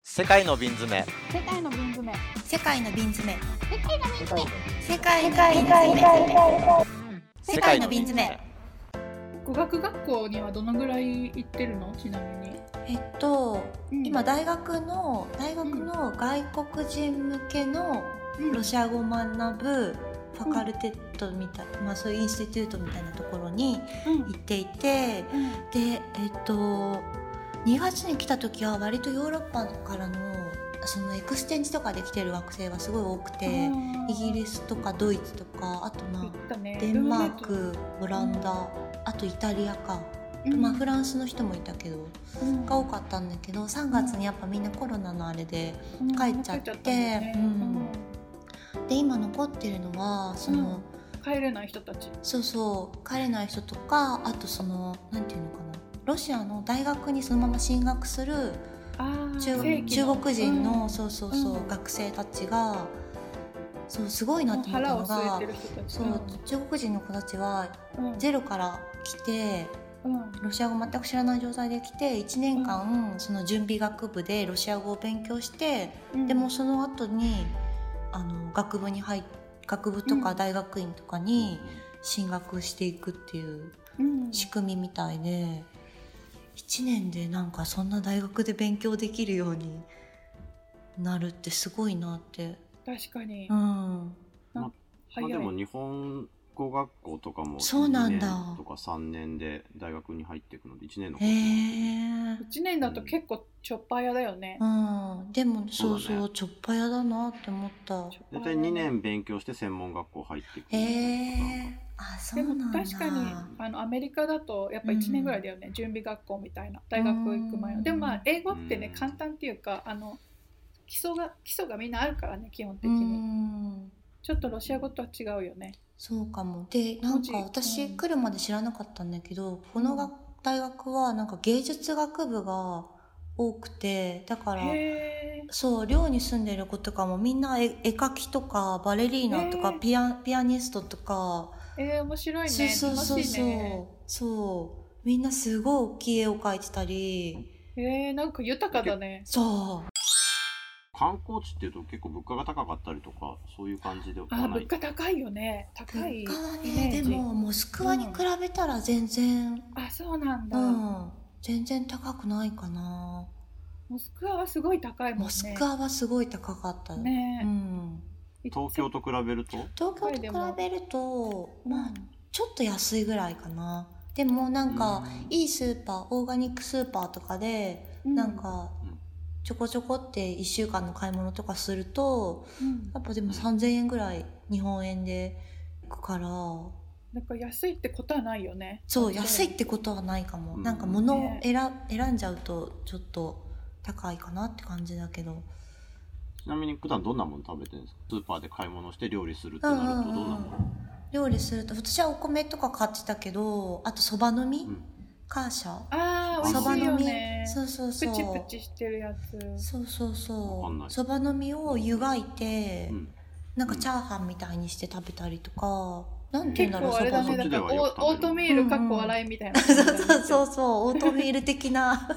世界の瓶詰め。 世界の瓶詰め。 世界の瓶詰め。 世界の瓶詰め。 世界の瓶詰め。世界の瓶詰め。 語学学校にはどのぐらい行ってるの？ちなみに。 今大学の外国人向けのロシア語を学ぶファカルテットみたいな、そういうインスティテュートみたいなところに行っていて、で2月に来た時は割とヨーロッパからのそのエクステンジとかで来てる学生がすごい多くて、イギリスとかドイツとか、あとデンマーク、オランダ、あとイタリアか、フランスの人もいたけど、が多かったんだけど、3月にやっぱみんなコロナのあれで帰っちゃって、で今残ってるのはその、 帰れない人たち、 帰れない人とか、あとそのなんていうのかな、ロシアの大学にそのまま進学する中国人の、学生たちがすごいなって思ったのが、中国人の子たちはゼロから来て、ロシア語全く知らない状態で来て1年間その準備学部でロシア語を勉強して、でもその後に学部とか大学院とかに進学していくっていう仕組みみたいで、1年でなんかそんな大学で勉強できるようになるってすごいなって。 確かに、 でも日本語学校とかもそうなんだ、 2年とか3年で大学に入っていくので、1年のコース 1年だと結構ちょっぱやだよね、 でもちょっぱやだなって思った。 大体2年勉強して専門学校入っていく。 そうなんだ。 でも確かにアメリカだとやっぱ1年ぐらいだよね、準備学校みたいな、大学行く前の。でも英語ってね、簡単っていうか基礎がみんなあるからね、基本的に。ちょっとロシア語とは違うよね。 そうかも。でなんか私来るまで知らなかったんだけど、この大学はなんか芸術学部が多くて、だから寮に住んでる子とかもみんな絵描きとかバレリーナとかピアニストとか。 面白いね。楽しいね。 みんなすごい大きい絵を描いてたり。 なんか豊かだね。 観光地っていうと結構物価が高かったりとか、そういう感じではない？ 物価高いよね。高いイメージ。 でもモスクワに比べたら全然、 そうなんだ、 全然高くないかな。 モスクワはすごい高いもんね。 モスクワはすごい高かったね。 東京と比べるとちょっと安いぐらいかな。でもなんかいいスーパー、オーガニックスーパーとかでなんかちょこちょこって1週間の買い物とかすると、やっぱでも3000円ぐらい日本円でいくから、 なんか安いってことはないよね。 安いってことはないかも。なんか物を選んじゃうとちょっと高いかなって感じだけど。 ちなみに普段どんなもの食べてるんですか？スーパーで買い物して料理するってなるとどんなもの？ 料理すると私はお米とか買ってたけど、あとそば飲み、カーシャ、 美味しいよね。 プチプチしてるやつ。 そば飲みを湯がいて、なんかチャーハンみたいにして食べたりとか。なんていうんだろう、 結構あれだね、だからオートミールかっこ笑いみたいな、 オートミール的ななんか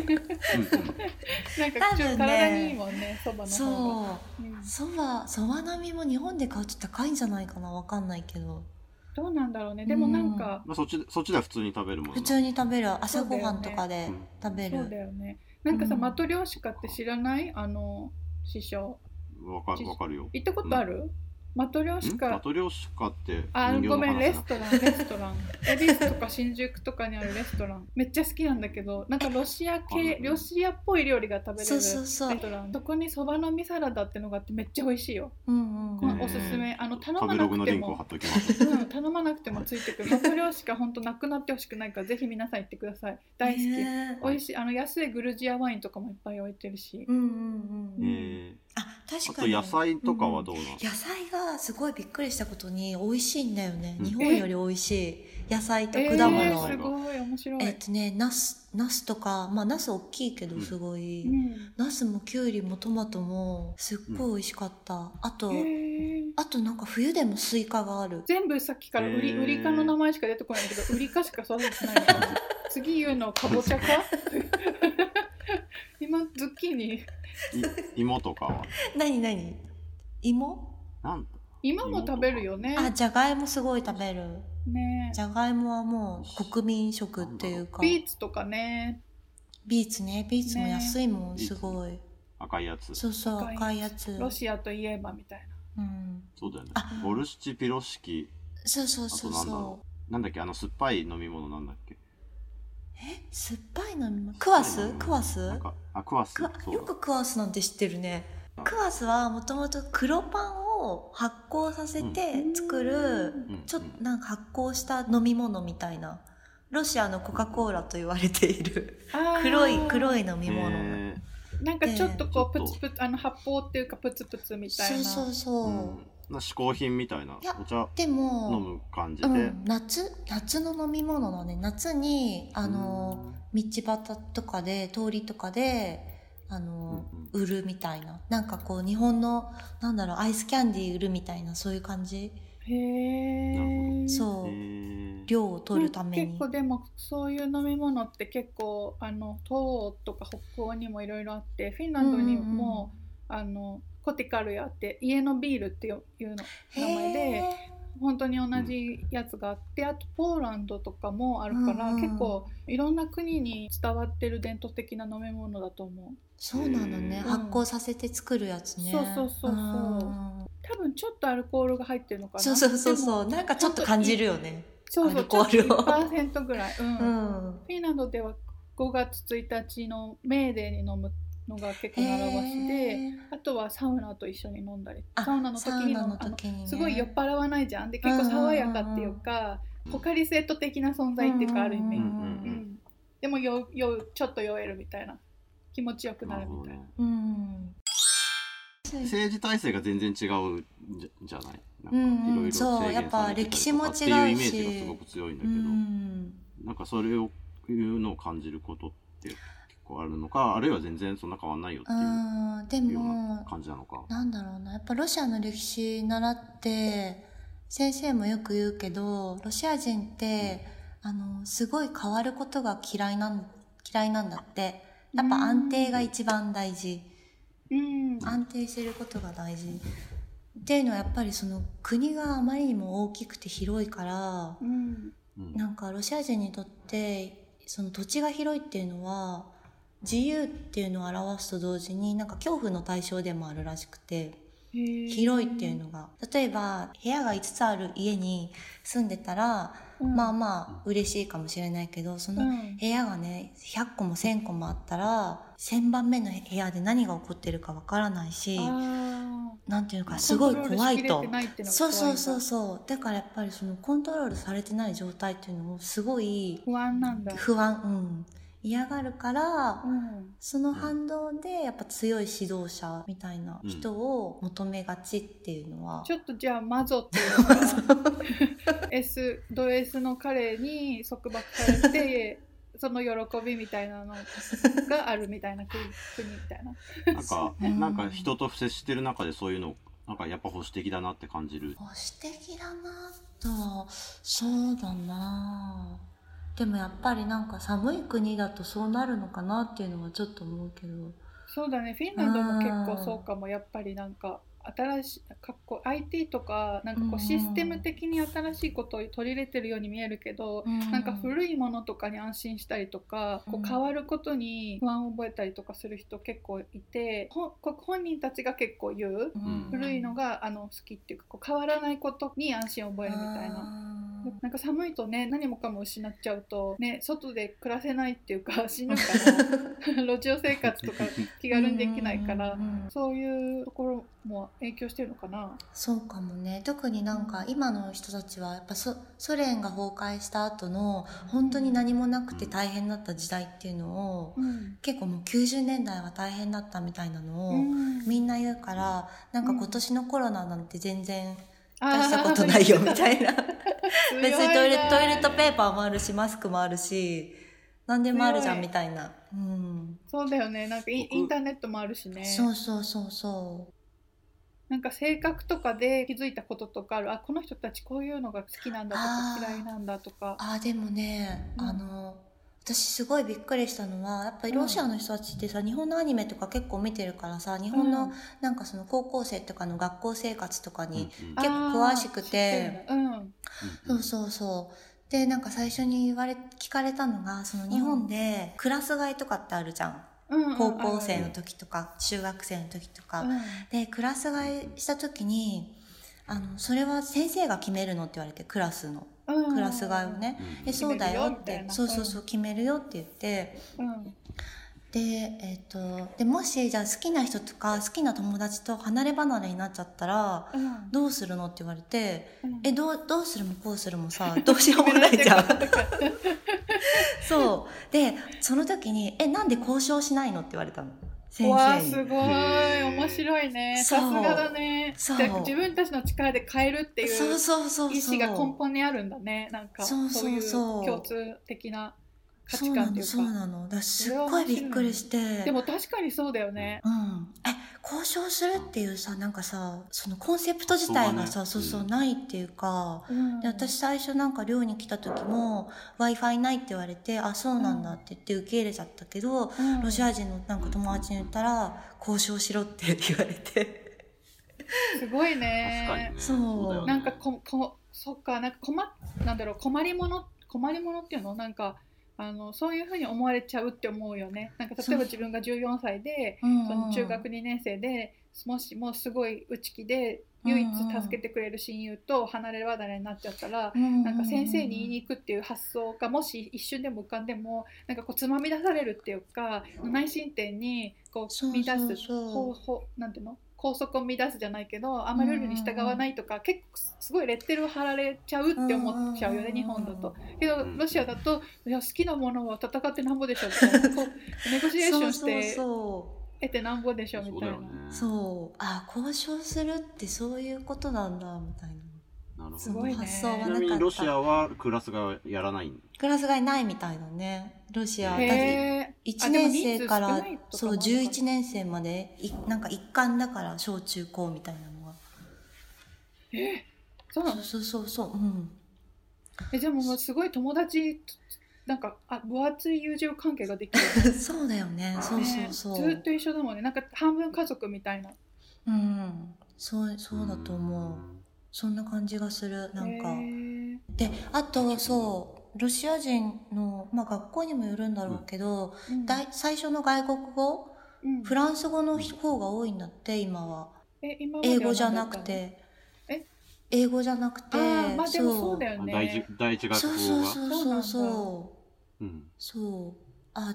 ちょっと体にいいもんね、そばの方が。 そば飲みも日本で買うと高いんじゃないかな、わかんないけど。 どうなんだろうね。でもなんか、 そっちでは普通に食べるもん。 普通に食べる、朝ごはんとかで食べる。 そうだよね。なんかさ、マトリョーシカって知らない？師匠。 わかるよ。 行ったことある？マトリョーシカってごめん、レストラン恵比寿とか新宿とかにあるレストランめっちゃ好きなんだけど、なんかロシアっぽい料理が食べれるレストラン、そこにそば飲みサラダってのがあってめっちゃ美味しいよ。おすすめ。頼まなくても頼まなくてもついてくる。マトリョーシカ本当なくなってほしくないから、ぜひ皆さん行ってください。大好き。美味しい。安いグルジアワインとかもいっぱい置いてるし。 確かに。 あと野菜とかはどうなの？ 野菜がすごいびっくりしたことに美味しいんだよね。日本より美味しい野菜と果物。 すごい面白い。 ナスとか、ナス大きいけどすごい、ナスもキュウリもトマトもすっごい美味しかった。あとなんか冬でもスイカがある。 全部さっきからウリ科の名前しか出てこないんだけど、ウリ科しか育ててないの。次言うのかぼちゃか？今ズッキーニ芋とかは何芋も食べるよね。 じゃがいもすごい食べるね。 じゃがいもはもう国民食っていうか。 ビーツとかね。 ビーツも安いもん、すごい赤いやつ。 そう赤いやつ。 ロシアといえばみたいな。 そうだよね。ボルシチピロシキ。 そうなんだっけ酸っぱい飲み物なんだっけ。 酸っぱい飲み物。クワスクワス。よくクワスなんて知ってるね。クワスはもともと黒パンを発酵させて作る、ちょっとなんか発酵した飲み物みたいな、ロシアのコカ・コーラと言われている黒い飲み物。 なんかちょっとこうプツプツ発泡っていうかプツプツみたいな。 そう、 嗜好品みたいなお茶でも飲む感じで、 夏の飲み物だね。夏に道端とかで通りとかで売るみたいな、なんかこう日本のアイスキャンディー売るみたいな、そういう感じ。 へえ。 そう量を取るために。 結構でもそういう飲み物って結構東欧とか北欧にもいろいろあって、フィンランドにも、コティカルやって家のビールっていうの名前で本当に同じやつがあって、あとポーランドとかもあるから、結構いろんな国に伝わってる伝統的な飲み物だと思う。 そうなのね。発酵させて作るやつね。 そう多分ちょっとアルコールが入ってるのかな。 そうなんかちょっと感じるよね。 そうアルコールを 1% ぐらい、フィンランドでは5月1日のメーデーに飲むのが結構習わしで、あとはサウナと一緒に飲んだり、サウナの時にね、すごい酔っ払わないじゃん。で結構爽やかっていうか、ポカリスエット的な存在っていうか、ある意味、でもちょっと酔えるみたいな、気持ちよくなるみたいな。 政治体制が全然違うんじゃない？なんかいろいろ制限されてたりとかそうやっぱ歴史も違うしっていうイメージがすごく強いんだけど、なんかそれをいうのを感じることって結構あるのか、あるいは全然そんな変わんないよっていうような感じなのか。 なんだろうな、やっぱロシアの歴史習って先生もよく言うけど、ロシア人ってすごい変わることが嫌いなんだって。やっぱ安定が一番大事。安定してることが大事っていうのは、やっぱりその国があまりにも大きくて広いから、なんかロシア人にとってその土地が広いっていうのは自由っていうのを表すと同時に、なんか恐怖の対象でもあるらしくて、広いっていうのが、例えば部屋が5つある家に住んでたら、まあ嬉しいかもしれないけど、その部屋がね100個も1000個もあったら1000番目の部屋で何が起こってるかわからないし、なんていうかすごい怖いと。そうだからやっぱりそのコントロールされてない状態っていうのもすごい不安なんだ。 嫌がるから、その反動でやっぱ強い指導者みたいな人を求めがちっていうのは、 ちょっとじゃあマゾっていうかド S の彼に束縛されてその喜びみたいなのがあるみたいな国みたいななんか人と接してる中でそういうのなんかやっぱ保守的だなって感じる。 保守的だなと、そうだな。でもやっぱりなんか寒い国だとそうなるのかなっていうのはちょっと思うけど。 そうだね、フィンランドも結構そうかも。やっぱりなんか新しいIT とかなんかこうシステム的に新しいことを取り入れてるように見えるけど、なんか古いものとかに安心したりとか、こう変わることに不安を覚えたりとかする人結構いて、本人たちが結構言う、古いのが好きっていうか、こう変わらないことに安心を覚えるみたいな。なんか寒いとね、何もかも失っちゃうとね、外で暮らせないっていうか死ぬから路上生活とか気軽にできないから、そういうところも影響してるのかな。 そうかもね。特になんか今の人たちはやっぱソ連が崩壊した後の本当に何もなくて大変だった時代っていうのを、結構もう90年代は大変だったみたいなのをみんな言うから、なんか今年のコロナなんて全然大したことないよみたいな別にトイレットペーパーもあるしマスクもあるし何でもあるじゃんみたいな。 そうだよね。なんかインターネットもあるしね。 そうなんか性格とかで気づいたこととかある？この人たちこういうのが好きなんだとか嫌いなんだとか。 でもね、 私すごいびっくりしたのはやっぱりロシアの人たちってさ、日本のアニメとか結構見てるからさ、日本のなんかその高校生とかの学校生活とかに結構詳しくて、そうそうそう。でなんか最初に聞かれたのが、その日本でクラス替えとかってあるじゃん、高校生の時とか中学生の時とか、でクラス替えした時にそれは先生が決めるのって言われて、クラス替えをね、そうだよって、そうそうそう、決めるよって言って、でもしじゃあ好きな人とか好きな友達と離れ離れになっちゃったら、どうするのって言われて、どうするもこうするもさ、どうしようもないじゃんそうでその時になんで交渉しないのって言われたの、先生に。 わあすごい面白いね、さすがだね。自分たちの力で変えるっていう意思が根本にあるんだね。なんかそういう共通的な価値観っていうか。 そうなの。だすっごいびっくりして。 でも確かにそうだよね。 交渉するっていうさ、なんかさ、そのコンセプト自体がさ、そうないっていうか、で私最初なんか寮に来た時も Wi-Fi ないって言われて、あ、そうなんだって言って受け入れちゃったけど、ロシア人のなんか友達に言ったら交渉しろって言われてすごいね。 確かにね。 そうなんかそっか、なんか困り物っていうの、なんかそういうふうに思われちゃうって思うよね。なんか例えば自分が14歳で、その中学2年生でもしもうすごい内気で唯一助けてくれる親友と離れ離れになっちゃったら、なんか先生に言いに行くっていう発想がもし一瞬でも浮かんでも、なんかこうつまみ出されるっていうか、内申点にこう乱すなんていうの、校則を乱すじゃないけど、あんまりルールに従わないとか、結構すごいレッテルを貼られちゃうって思っちゃうよね、日本だと。けどロシアだと、いや好きなものは戦ってなんぼでしょみたいな、こうネゴシエーションして得てなんぼでしょみたいな。 交渉するってそういうことなんだみたいな。 なるほど。 すごいね。 発想はなかった。 ちなみにロシアはクラスがやらないん？ クラス替えないみたいだね。ロシアだって1年生からそう11年生までなんか一貫だから、小中高みたいなのが。 そうなの？ そう。 でもすごい友達なんか分厚い友情関係ができるそうだよね。そうずっと一緒だもんね。なんか半分家族みたいな。 そうだと思う。そんな感じがする。なんかで、あとそうロシア人の、学校にもよるんだろうけど、最初の外国語、フランス語の方が多いんだって、今は。英語じゃなくて。英語じゃなくて、 でもそうだよね。 第一学校が。 そう。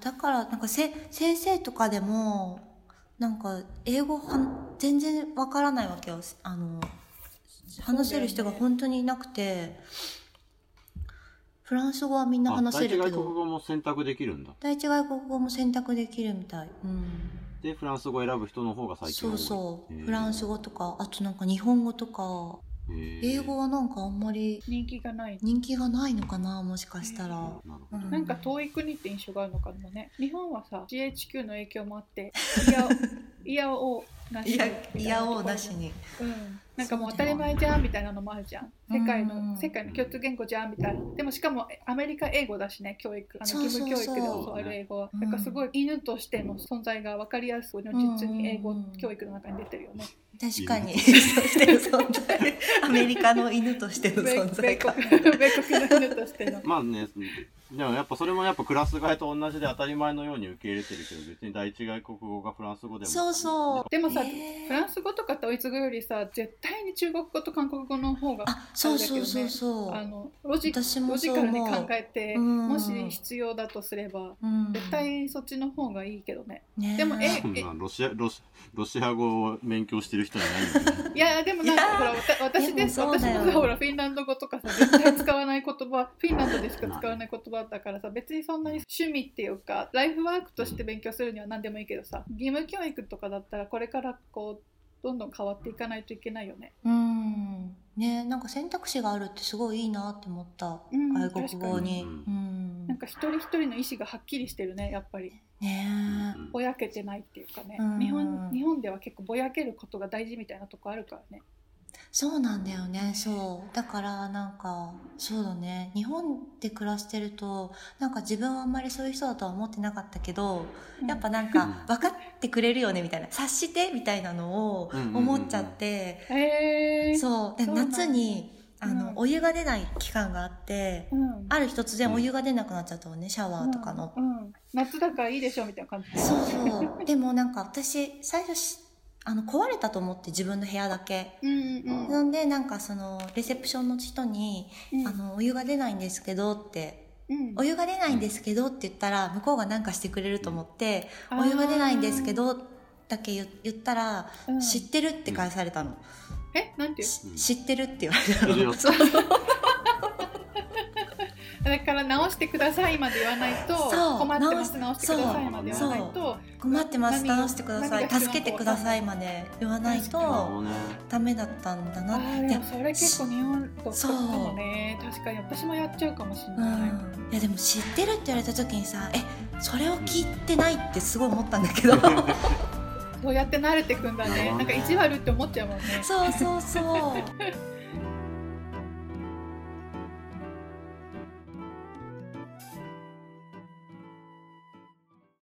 だからなんか先生とかでもなんか英語全然わからないわけよ。話せる人が本当にいなくて、フランス語はみんな話せるけど。 第一外国語も選択できるんだ。 第一外国語も選択できるみたい。 でフランス語を選ぶ人の方が最近多い。 そうフランス語とか、あとなんか日本語とか。英語はなんかあんまり人気がないのかな、もしかしたら。 なんか遠い国って印象があるのかもね。日本はさ GHQ の影響もあっていやおなしに、なんかもう当たり前じゃんみたいなのもあるじゃん。世界の共通言語じゃんみたいな。でもしかもアメリカ英語だしね、教育義務教育で教わる英語は。だからすごい犬としての存在が分かりやすく実に英語教育の中に出てるよね。 確かにしてる存在アメリカの犬としての存在か米国の犬としてのまあね、でもやっぱそれもやっぱクラス替えと同じで当たり前のように受け入れてるけど、別に第一外国語がフランス語でもでもさ、フランス語とかドイツ語よりさ、絶対に中国語と韓国語の方がそうロジカルに考えて、もし必要だとすれば、絶対そっちの方がいいけどね。でもロシア語を勉強してる人はいないんだよ。 いやでもなんかほら私もほらフィンランド語とかさ、絶対使わない言葉フィンランドでしか使わない言葉だからさ、別にそんなに趣味っていうかライフワークとして勉強するには何でもいいけどさ、義務教育とかだったらこれからこうどんどん変わっていかないといけないよね。 ね、なんか選択肢があるってすごいいいなって思った、外国語に。 なんか一人一人の意思がはっきりしてるね、やっぱり。ぼやけてないっていうかね。日本では結構ぼやけることが大事みたいなとこあるからね。 そうなんだよね。そうだからなんかそうだね、日本で暮らしてるとなんか自分はあんまりそういう人だとは思ってなかったけど、やっぱなんか分かってくれるよねみたいな、察してみたいなのを思っちゃって、そうで夏にお湯が出ない期間があって、ある日突然お湯が出なくなっちゃったのね、シャワーとかの、 夏だからいいでしょみたいな感じで。 そうそうでもなんか私最初壊れたと思って、自分の部屋だけ、なんでなんかそのレセプションの人に、お湯が出ないんですけどって、お湯が出ないんですけどって言ったら向こうが何かしてくれると思って、お湯が出ないんですけどだけ言ったら、知ってるって返されたの。 なんて知ってるって言われたの。 だから直してくださいまで言わないと、困ってます直してくださいまで言わないと、 困ってます直してください助けてくださいまで言わないとダメだったんだなって。 でもそれ結構日本とかもね、確かに私もやっちゃうかもしれない。 いやでも知ってるって言われた時にさ、それを聞いてないってすごい思ったんだけどそうやって慣れてくんだね。なんか意地悪って思っちゃうもんね。 そうそうそう